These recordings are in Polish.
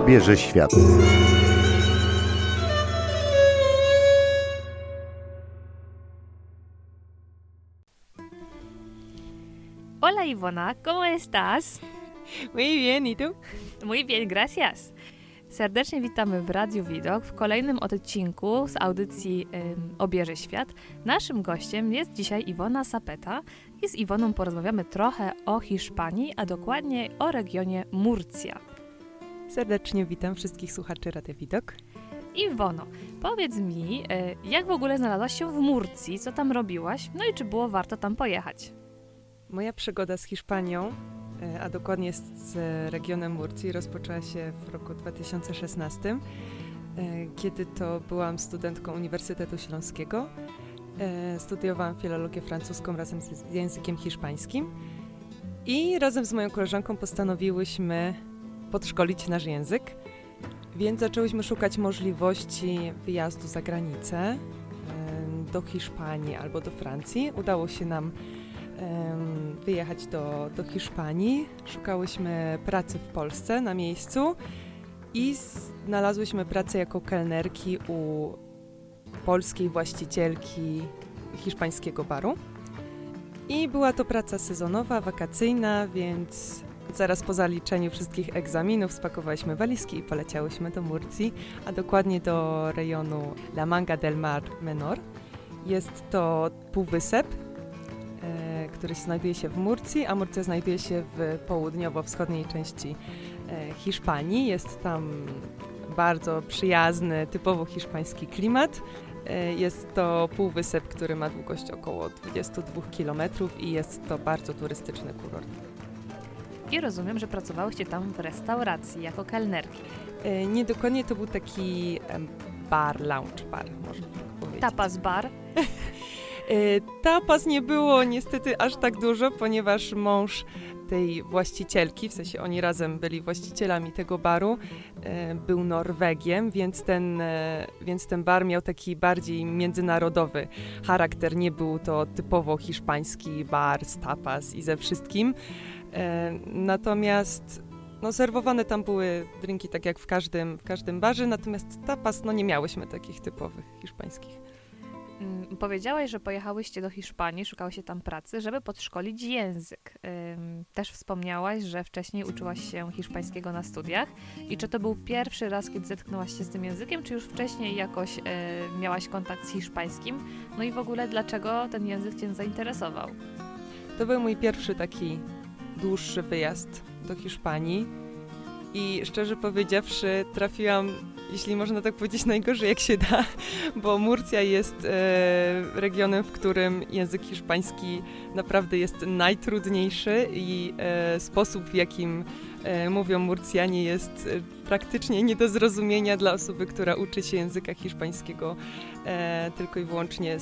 obierze świat. Hola Ivona, ¿cómo estás? Muy bien, ¿y tú? Muy bien, gracias. Serdecznie witamy w Radiu Widok w kolejnym odcinku z audycji Obierze Świat. Naszym gościem jest dzisiaj Iwona Sapeta i z Iwoną porozmawiamy trochę o Hiszpanii, a dokładnie o regionie Murcia. Serdecznie witam wszystkich słuchaczy Radia Widok. Iwono, powiedz mi, jak w ogóle znalazłaś się w Murcji, co tam robiłaś, no i czy było warto tam pojechać? Moja przygoda z Hiszpanią, a dokładnie z regionem Murcji, rozpoczęła się w roku 2016, kiedy to byłam studentką Uniwersytetu Śląskiego. Studiowałam filologię francuską razem z językiem hiszpańskim i razem z moją koleżanką postanowiłyśmy podszkolić nasz język, więc zaczęłyśmy szukać możliwości wyjazdu za granicę, do Hiszpanii albo do Francji. Udało się nam wyjechać do Hiszpanii. Szukałyśmy pracy w Polsce na miejscu i znalazłyśmy pracę jako kelnerki u polskiej właścicielki hiszpańskiego baru. I była to praca sezonowa, wakacyjna, więc zaraz po zaliczeniu wszystkich egzaminów spakowałyśmy walizki i poleciałyśmy do Murcji, a dokładnie do rejonu La Manga del Mar Menor. Jest to półwysep, który znajduje się w Murcji, a Murcja znajduje się w południowo-wschodniej części Hiszpanii. Jest tam bardzo przyjazny, typowo hiszpański klimat. Jest to półwysep, który ma długość około 22 km i jest to bardzo turystyczny kurort. I rozumiem, że pracowałyście tam w restauracji jako kelnerki. Nie dokładnie, to był taki bar, lounge bar, można tak powiedzieć. Tapas bar? Tapas nie było niestety aż tak dużo, ponieważ mąż tej właścicielki, w sensie oni razem byli właścicielami tego baru, był Norwegiem, więc ten bar miał taki bardziej międzynarodowy charakter. Nie był to typowo hiszpański bar z tapas i ze wszystkim. Natomiast serwowane tam były drinki tak jak w każdym barze, natomiast tapas nie miałyśmy takich typowych hiszpańskich. Powiedziałaś, że pojechałyście do Hiszpanii, szukałyście tam pracy, żeby podszkolić język. Też wspomniałaś, że wcześniej uczyłaś się hiszpańskiego na studiach. I czy to był pierwszy raz, kiedy zetknęłaś się z tym językiem, czy już wcześniej jakoś miałaś kontakt z hiszpańskim? No i w ogóle dlaczego ten język cię zainteresował? To był mój pierwszy taki dłuższy wyjazd do Hiszpanii i szczerze powiedziawszy trafiłam, jeśli można tak powiedzieć, najgorzej jak się da, bo Murcja jest regionem, w którym język hiszpański naprawdę jest najtrudniejszy i sposób, w jakim mówią Murcjanie, jest praktycznie nie do zrozumienia dla osoby, która uczy się języka hiszpańskiego tylko i wyłącznie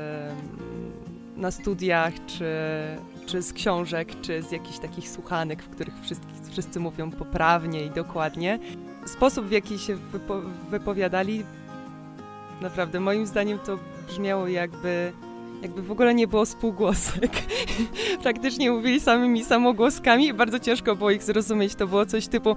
na studiach, czy z książek, czy z jakichś takich słuchanek, w których wszyscy mówią poprawnie i dokładnie. Sposób, w jaki się wypowiadali, naprawdę moim zdaniem to brzmiało jakby w ogóle nie było spółgłosek. Praktycznie mówili samymi samogłoskami i bardzo ciężko było ich zrozumieć. To było coś typu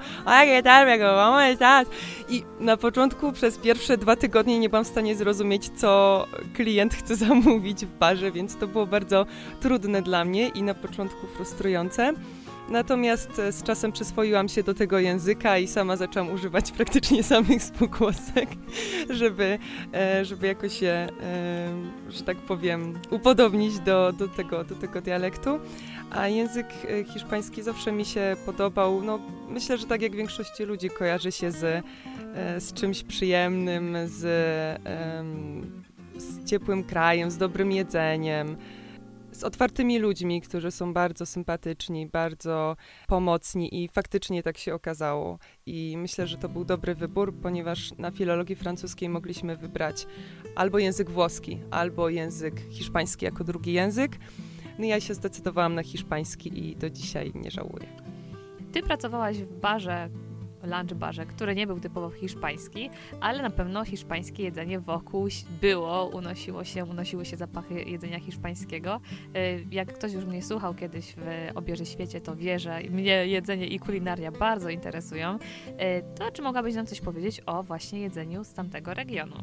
i na początku przez pierwsze 2 tygodnie nie byłam w stanie zrozumieć, co klient chce zamówić w barze, więc to było bardzo trudne dla mnie i na początku frustrujące. Natomiast z czasem przyswoiłam się do tego języka i sama zaczęłam używać praktycznie samych spółgłosek, żeby jakoś się, że tak powiem, upodobnić do tego dialektu. A język hiszpański zawsze mi się podobał. Myślę, że tak jak większości ludzi kojarzy się z czymś przyjemnym, z ciepłym krajem, z dobrym jedzeniem, z otwartymi ludźmi, którzy są bardzo sympatyczni, bardzo pomocni i faktycznie tak się okazało. I myślę, że to był dobry wybór, ponieważ na filologii francuskiej mogliśmy wybrać albo język włoski, albo język hiszpański jako drugi język. Ja się zdecydowałam na hiszpański i do dzisiaj nie żałuję. Ty pracowałaś w barze lunch barze, który nie był typowo hiszpański, ale na pewno hiszpańskie jedzenie wokół było, unosiły się zapachy jedzenia hiszpańskiego. Jak ktoś już mnie słuchał kiedyś w Obierze Świecie, to wie, że mnie jedzenie i kulinaria bardzo interesują. To czy mogłabyś nam coś powiedzieć o właśnie jedzeniu z tamtego regionu?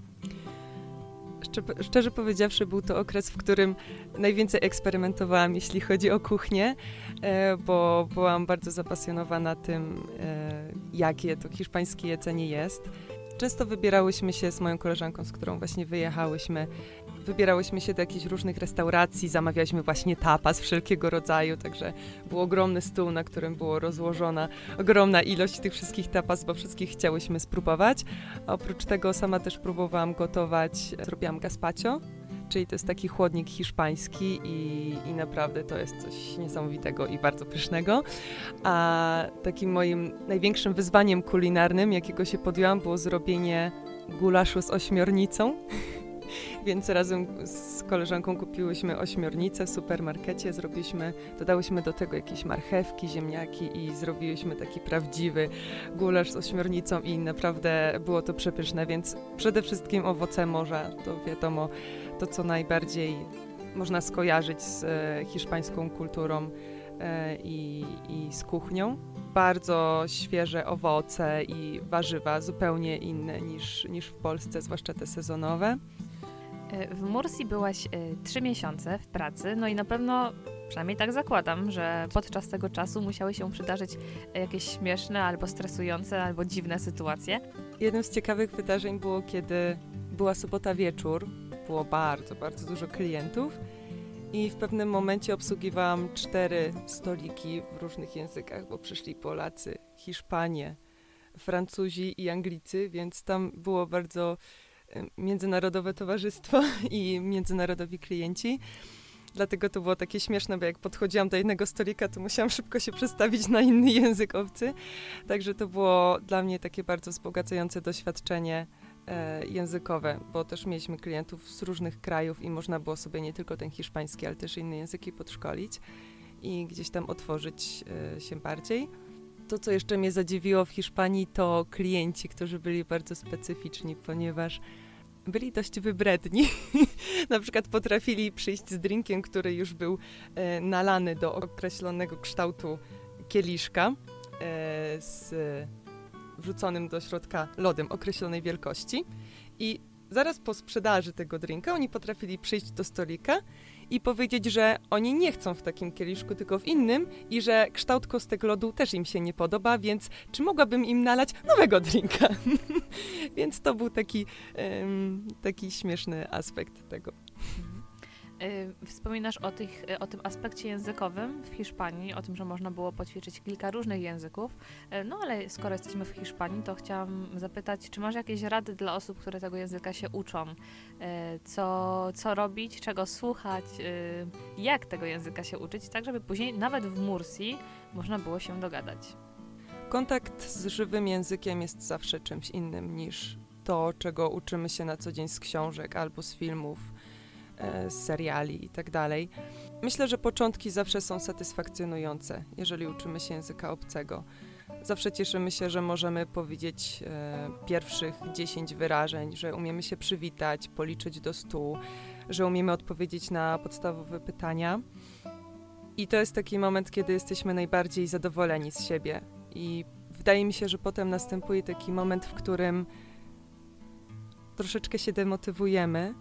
Szczerze powiedziawszy, był to okres, w którym najwięcej eksperymentowałam, jeśli chodzi o kuchnię, bo byłam bardzo zapasjonowana tym, jakie to hiszpańskie jedzenie jest. Często wybierałyśmy się z moją koleżanką, z którą właśnie wyjechałyśmy do jakichś różnych restauracji, zamawialiśmy właśnie tapas wszelkiego rodzaju, także był ogromny stół, na którym było rozłożona ogromna ilość tych wszystkich tapas, bo wszystkich chciałyśmy spróbować. A oprócz tego sama też próbowałam gotować, zrobiłam gazpacho, czyli to jest taki chłodnik hiszpański i naprawdę to jest coś niesamowitego i bardzo pysznego. A takim moim największym wyzwaniem kulinarnym, jakiego się podjęłam, było zrobienie gulaszu z ośmiornicą. Więc razem z koleżanką kupiłyśmy ośmiornicę w supermarkecie, dodałyśmy do tego jakieś marchewki, ziemniaki i zrobiłyśmy taki prawdziwy gulasz z ośmiornicą i naprawdę było to przepyszne, więc przede wszystkim owoce morza, to wiadomo, to co najbardziej można skojarzyć z hiszpańską kulturą i z kuchnią. Bardzo świeże owoce i warzywa, zupełnie inne niż w Polsce, zwłaszcza te sezonowe. W Mursji byłaś 3 miesiące w pracy, no i na pewno, przynajmniej tak zakładam, że podczas tego czasu musiały się przydarzyć jakieś śmieszne, albo stresujące, albo dziwne sytuacje. Jednym z ciekawych wydarzeń było, kiedy była sobota wieczór, było bardzo, bardzo dużo klientów i w pewnym momencie obsługiwałam 4 stoliki w różnych językach, bo przyszli Polacy, Hiszpanie, Francuzi i Anglicy, więc tam było bardzo międzynarodowe towarzystwo i międzynarodowi klienci. Dlatego to było takie śmieszne, bo jak podchodziłam do jednego stolika, to musiałam szybko się przestawić na inny język obcy. Także to było dla mnie takie bardzo wzbogacające doświadczenie językowe, bo też mieliśmy klientów z różnych krajów i można było sobie nie tylko ten hiszpański, ale też inne języki podszkolić i gdzieś tam otworzyć się bardziej. To, co jeszcze mnie zadziwiło w Hiszpanii, to klienci, którzy byli bardzo specyficzni, ponieważ byli dość wybredni. Na przykład potrafili przyjść z drinkiem, który już był nalany do określonego kształtu kieliszka z wrzuconym do środka lodem określonej wielkości i zaraz po sprzedaży tego drinka oni potrafili przyjść do stolika i powiedzieć, że oni nie chcą w takim kieliszku, tylko w innym i że kształt kostek lodu też im się nie podoba, więc czy mogłabym im nalać nowego drinka? Więc to był taki śmieszny aspekt tego. Wspominasz o tym aspekcie językowym w Hiszpanii, o tym, że można było poćwiczyć kilka różnych języków, no ale skoro jesteśmy w Hiszpanii, to chciałam zapytać, czy masz jakieś rady dla osób, które tego języka się uczą? Co robić, czego słuchać, jak tego języka się uczyć, tak żeby później nawet w Mursji można było się dogadać? Kontakt z żywym językiem jest zawsze czymś innym niż to, czego uczymy się na co dzień z książek albo z filmów, z seriali i tak dalej. Myślę, że początki zawsze są satysfakcjonujące, jeżeli uczymy się języka obcego. Zawsze cieszymy się, że możemy powiedzieć pierwszych 10 wyrażeń, że umiemy się przywitać, policzyć do 100, że umiemy odpowiedzieć na podstawowe pytania. I to jest taki moment, kiedy jesteśmy najbardziej zadowoleni z siebie. I wydaje mi się, że potem następuje taki moment, w którym troszeczkę się demotywujemy,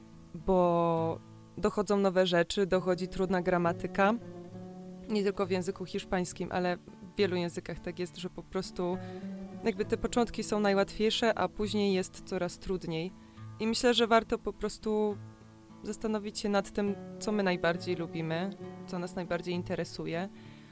bo dochodzą nowe rzeczy, dochodzi trudna gramatyka, nie tylko w języku hiszpańskim, ale w wielu językach tak jest, że po prostu jakby te początki są najłatwiejsze, a później jest coraz trudniej. I myślę, że warto po prostu zastanowić się nad tym, co my najbardziej lubimy, co nas najbardziej interesuje.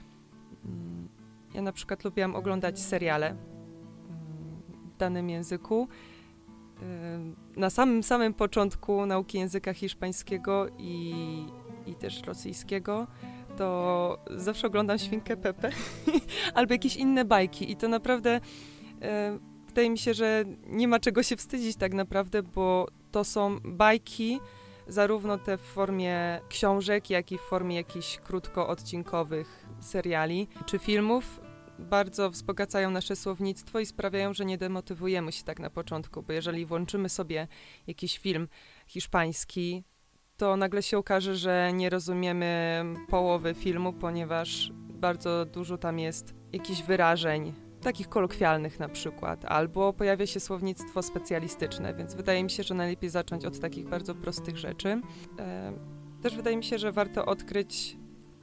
Ja na przykład lubiłam oglądać seriale w danym języku. Na samym początku nauki języka hiszpańskiego i też rosyjskiego to zawsze oglądam Świnkę Pepę albo jakieś inne bajki i to naprawdę wydaje mi się, że nie ma czego się wstydzić tak naprawdę, bo to są bajki, zarówno te w formie książek, jak i w formie jakichś krótkoodcinkowych seriali czy filmów. bardzo wzbogacają nasze słownictwo i sprawiają, że nie demotywujemy się tak na początku, bo jeżeli włączymy sobie jakiś film hiszpański, to nagle się okaże, że nie rozumiemy połowy filmu, ponieważ bardzo dużo tam jest jakichś wyrażeń, takich kolokwialnych na przykład, albo pojawia się słownictwo specjalistyczne, więc wydaje mi się, że najlepiej zacząć od takich bardzo prostych rzeczy. Też wydaje mi się, że warto odkryć.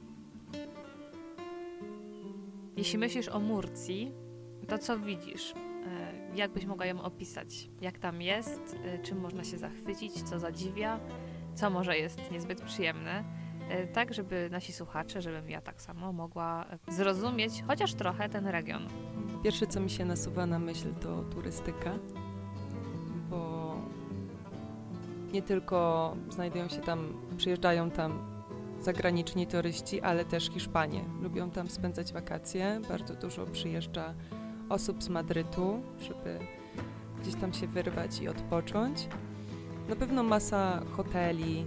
Jeśli myślisz o Murcji, to co widzisz? Jak byś mogła ją opisać? Jak tam jest? Czym można się zachwycić? Co zadziwia? Co może jest niezbyt przyjemne? Tak, żeby nasi słuchacze, żebym ja tak samo mogła zrozumieć chociaż trochę ten region. Pierwsze, co mi się nasuwa na myśl, to turystyka, bo nie tylko przyjeżdżają tam zagraniczni turyści, ale też Hiszpanie. Lubią tam spędzać wakacje. Bardzo dużo przyjeżdża osób z Madrytu, żeby gdzieś tam się wyrwać i odpocząć. Na pewno masa hoteli,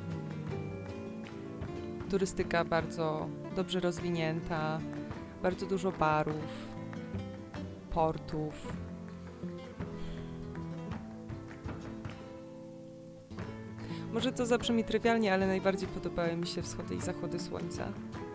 turystyka bardzo dobrze rozwinięta, bardzo dużo barów, portów. Może to zabrzmi trywialnie, ale najbardziej podobały mi się wschody i zachody słońca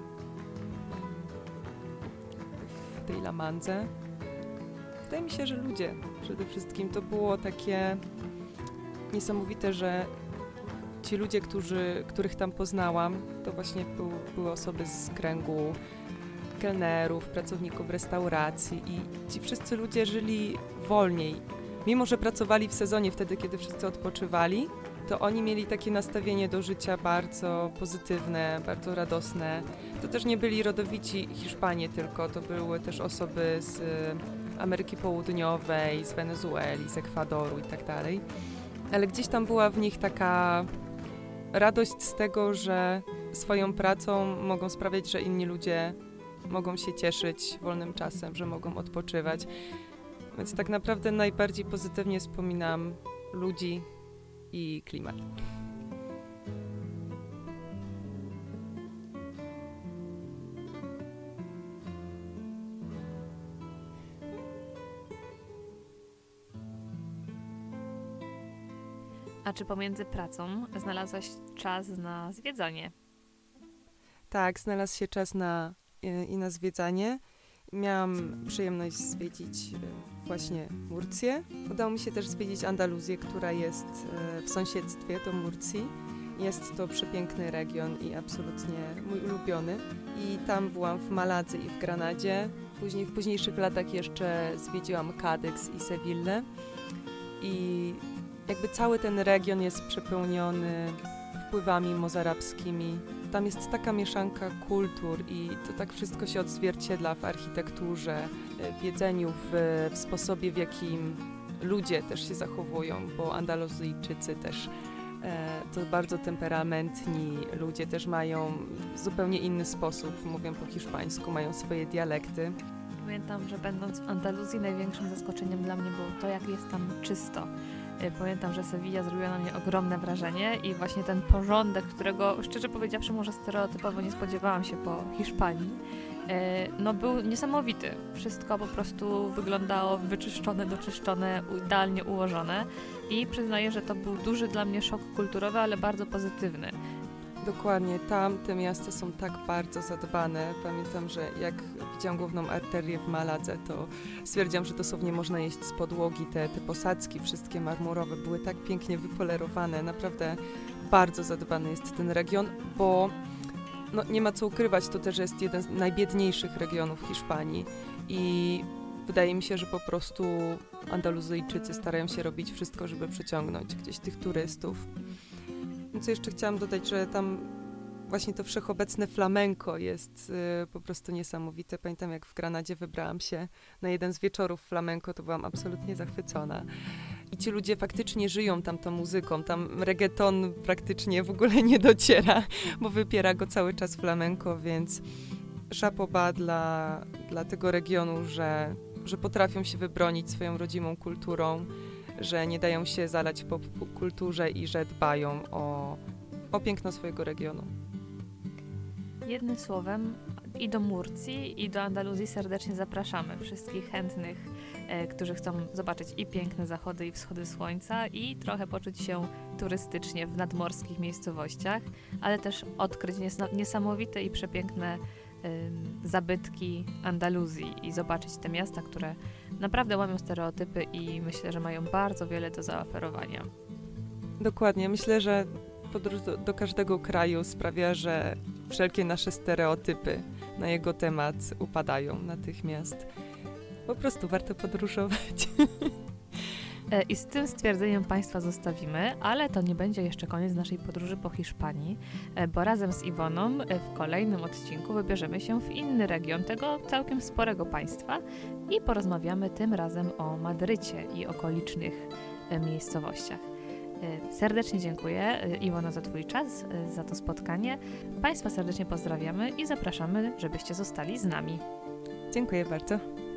w tej Lamandze. Wydaje mi się, że ludzie przede wszystkim to było takie niesamowite, że ci ludzie, których tam poznałam, to właśnie były osoby z kręgu kelnerów, pracowników restauracji i ci wszyscy ludzie żyli wolniej. Mimo że pracowali w sezonie wtedy, kiedy wszyscy odpoczywali, to oni mieli takie nastawienie do życia bardzo pozytywne, bardzo radosne. To też nie byli rodowici Hiszpanie tylko, to były też osoby z Ameryki Południowej, z Wenezueli, z Ekwadoru i tak dalej. Ale gdzieś tam była w nich taka radość z tego, że swoją pracą mogą sprawiać, że inni ludzie mogą się cieszyć wolnym czasem, że mogą odpoczywać. Więc tak naprawdę najbardziej pozytywnie wspominam ludzi i klimat. A czy pomiędzy pracą znalazłaś czas na zwiedzanie? Tak, znalazł się czas na zwiedzanie. Miałam przyjemność zwiedzić właśnie Murcję. Udało mi się też zwiedzić Andaluzję, która jest w sąsiedztwie do Murcji. Jest to przepiękny region i absolutnie mój ulubiony. I tam byłam w Maladze i w Granadzie. Później w późniejszych latach jeszcze zwiedziłam Kadyks i Sewillę. I jakby cały ten region jest przepełniony wpływami mozarabskimi. Tam jest taka mieszanka kultur i to tak wszystko się odzwierciedla w architekturze, w jedzeniu, w sposobie, w jakim ludzie też się zachowują, bo Andaluzyjczycy też to bardzo temperamentni ludzie, też mają zupełnie inny sposób, mówią po hiszpańsku, mają swoje dialekty. Pamiętam, że będąc w Andaluzji największym zaskoczeniem dla mnie było to, jak jest tam czysto. Pamiętam, że Sewilla zrobiła na mnie ogromne wrażenie i właśnie ten porządek, którego szczerze powiedziawszy może stereotypowo nie spodziewałam się po Hiszpanii, no był niesamowity. Wszystko po prostu wyglądało wyczyszczone, doczyszczone, idealnie ułożone i przyznaję, że to był duży dla mnie szok kulturowy, ale bardzo pozytywny. Dokładnie, te miasta są tak bardzo zadbane. Pamiętam, że jak widziałam główną arterię w Maladze, to stwierdziłam, że dosłownie można jeść z podłogi. Te posadzki, wszystkie marmurowe, były tak pięknie wypolerowane. Naprawdę bardzo zadbany jest ten region, bo no, nie ma co ukrywać, to też jest jeden z najbiedniejszych regionów Hiszpanii i wydaje mi się, że po prostu Andaluzyjczycy starają się robić wszystko, żeby przyciągnąć gdzieś tych turystów. Co jeszcze chciałam dodać, że tam właśnie to wszechobecne flamenco jest po prostu niesamowite. Pamiętam, jak w Granadzie wybrałam się na jeden z wieczorów flamenco, to byłam absolutnie zachwycona. I ci ludzie faktycznie żyją tam tą muzyką. Tam reggaeton praktycznie w ogóle nie dociera, bo wypiera go cały czas flamenco, więc chapeau bas dla tego regionu, że potrafią się wybronić swoją rodzimą kulturą, że nie dają się zalać po kulturze i że dbają o piękno swojego regionu. Jednym słowem, i do Murcji, i do Andaluzji serdecznie zapraszamy wszystkich chętnych, którzy chcą zobaczyć i piękne zachody i wschody słońca i trochę poczuć się turystycznie w nadmorskich miejscowościach, ale też odkryć niesamowite i przepiękne zabytki Andaluzji i zobaczyć te miasta, które naprawdę łamią stereotypy i myślę, że mają bardzo wiele do zaoferowania. Dokładnie. Myślę, że podróż do każdego kraju sprawia, że wszelkie nasze stereotypy na jego temat upadają natychmiast. Po prostu warto podróżować. I z tym stwierdzeniem Państwa zostawimy, ale to nie będzie jeszcze koniec naszej podróży po Hiszpanii, bo razem z Iwoną w kolejnym odcinku wybierzemy się w inny region tego całkiem sporego państwa i porozmawiamy tym razem o Madrycie i okolicznych miejscowościach. Serdecznie dziękuję Iwono za Twój czas, za to spotkanie. Państwa serdecznie pozdrawiamy i zapraszamy, żebyście zostali z nami. Dziękuję bardzo.